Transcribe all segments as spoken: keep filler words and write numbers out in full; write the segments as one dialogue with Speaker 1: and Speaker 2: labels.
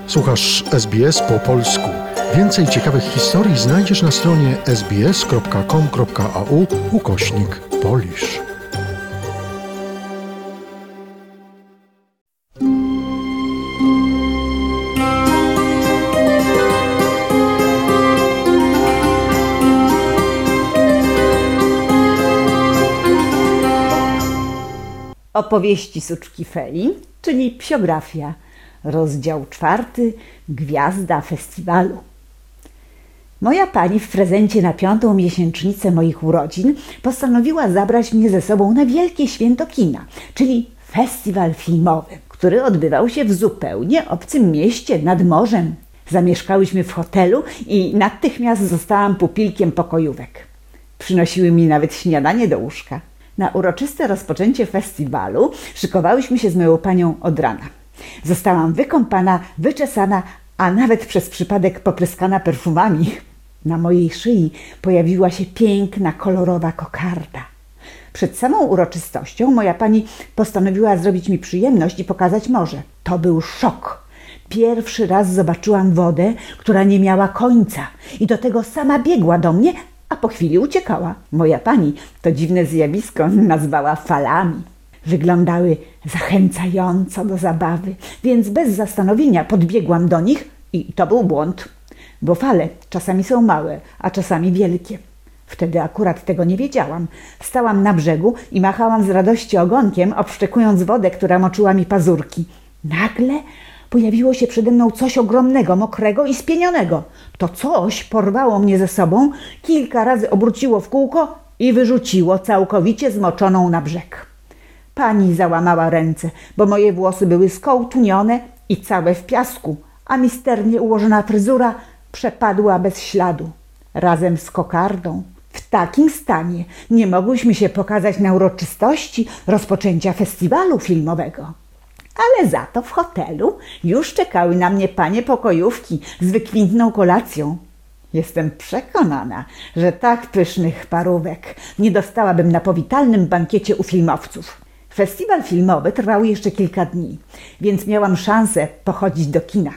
Speaker 1: Słuchasz S B S po polsku. Więcej ciekawych historii znajdziesz na stronie sbs.com.au ukośnik Polish.
Speaker 2: Opowieści Suczki Feli, czyli psiografia. Rozdział czwarty. Gwiazda festiwalu. Moja pani w prezencie na piątą miesięcznicę moich urodzin postanowiła zabrać mnie ze sobą na wielkie święto kina, czyli festiwal filmowy, który odbywał się w zupełnie obcym mieście nad morzem. Zamieszkałyśmy w hotelu i natychmiast zostałam pupilkiem pokojówek. Przynosiły mi nawet śniadanie do łóżka. Na uroczyste rozpoczęcie festiwalu szykowałyśmy się z moją panią od rana. Zostałam wykąpana, wyczesana, a nawet przez przypadek popryskana perfumami. Na mojej szyi pojawiła się piękna, kolorowa kokarda. Przed samą uroczystością moja pani postanowiła zrobić mi przyjemność i pokazać morze. To był szok. Pierwszy raz zobaczyłam wodę, która nie miała końca i do tego sama biegła do mnie, a po chwili uciekała. Moja pani to dziwne zjawisko nazwała falami. Wyglądały zachęcająco do zabawy, więc bez zastanowienia podbiegłam do nich i to był błąd, bo fale czasami są małe, a czasami wielkie. Wtedy akurat tego nie wiedziałam. Stałam na brzegu i machałam z radości ogonkiem, obszczekując wodę, która moczyła mi pazurki. Nagle pojawiło się przede mną coś ogromnego, mokrego i spienionego. To coś porwało mnie ze sobą, kilka razy obróciło w kółko i wyrzuciło całkowicie zmoczoną na brzeg. Pani załamała ręce, bo moje włosy były skołtunione i całe w piasku, a misternie ułożona fryzura przepadła bez śladu, razem z kokardą. W takim stanie nie mogłyśmy się pokazać na uroczystości rozpoczęcia festiwalu filmowego. Ale za to w hotelu już czekały na mnie panie pokojówki z wykwintną kolacją. Jestem przekonana, że tak pysznych parówek nie dostałabym na powitalnym bankiecie u filmowców. Festiwal filmowy trwał jeszcze kilka dni, więc miałam szansę pochodzić do kina.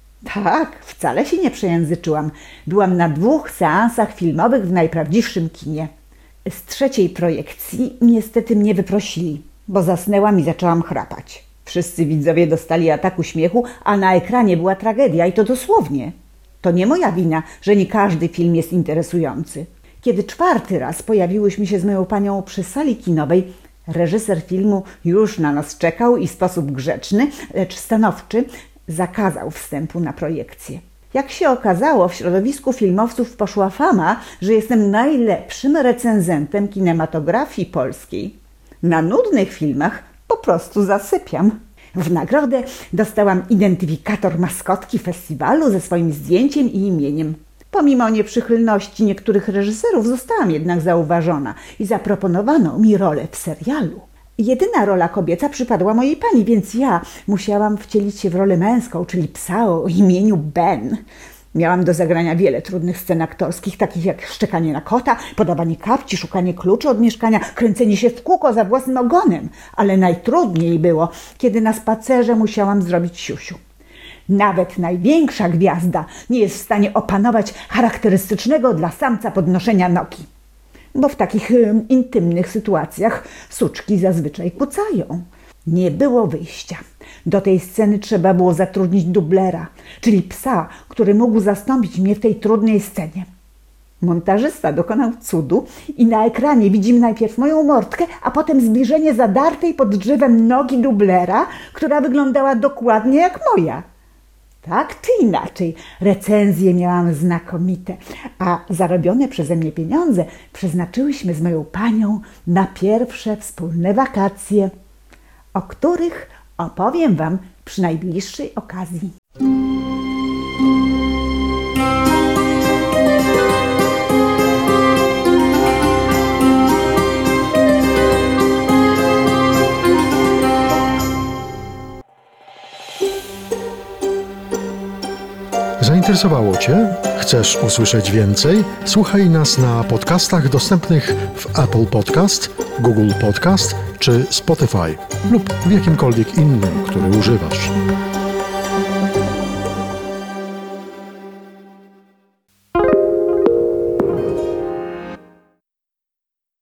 Speaker 2: Tak, wcale się nie przejęzyczyłam. Byłam na dwóch seansach filmowych w najprawdziwszym kinie. Z trzeciej projekcji niestety mnie wyprosili, bo zasnęłam i zaczęłam chrapać. Wszyscy widzowie dostali ataku śmiechu, a na ekranie była tragedia i to dosłownie. To nie moja wina, że nie każdy film jest interesujący. Kiedy czwarty raz pojawiłyśmy się z moją panią przy sali kinowej, reżyser filmu już na nas czekał i w sposób grzeczny, lecz stanowczy, zakazał wstępu na projekcję. Jak się okazało, w środowisku filmowców poszła fama, że jestem najlepszym recenzentem kinematografii polskiej. Na nudnych filmach po prostu zasypiam. W nagrodę dostałam identyfikator maskotki festiwalu ze swoim zdjęciem i imieniem. Pomimo nieprzychylności niektórych reżyserów zostałam jednak zauważona i zaproponowano mi rolę w serialu. Jedyna rola kobieca przypadła mojej pani, więc ja musiałam wcielić się w rolę męską, czyli psa o imieniu Ben. Miałam do zagrania wiele trudnych scen aktorskich, takich jak szczekanie na kota, podawanie kapci, szukanie kluczy od mieszkania, kręcenie się w kółko za własnym ogonem. Ale najtrudniej było, kiedy na spacerze musiałam zrobić siusiu. Nawet największa gwiazda nie jest w stanie opanować charakterystycznego dla samca podnoszenia nogi. Bo w takich y, intymnych sytuacjach suczki zazwyczaj kucają. Nie było wyjścia. Do tej sceny trzeba było zatrudnić dublera, czyli psa, który mógł zastąpić mnie w tej trudnej scenie. Montażysta dokonał cudu i na ekranie widzimy najpierw moją mordkę, a potem zbliżenie zadartej pod drzewem nogi dublera, która wyglądała dokładnie jak moja. Tak czy inaczej, recenzje miałam znakomite, a zarobione przeze mnie pieniądze przeznaczyłyśmy z moją panią na pierwsze wspólne wakacje, o których opowiem wam przy najbliższej okazji.
Speaker 1: Zainteresowało Cię? Chcesz usłyszeć więcej? Słuchaj nas na podcastach dostępnych w Apple Podcast, Google Podcast czy Spotify lub w jakimkolwiek innym, który używasz.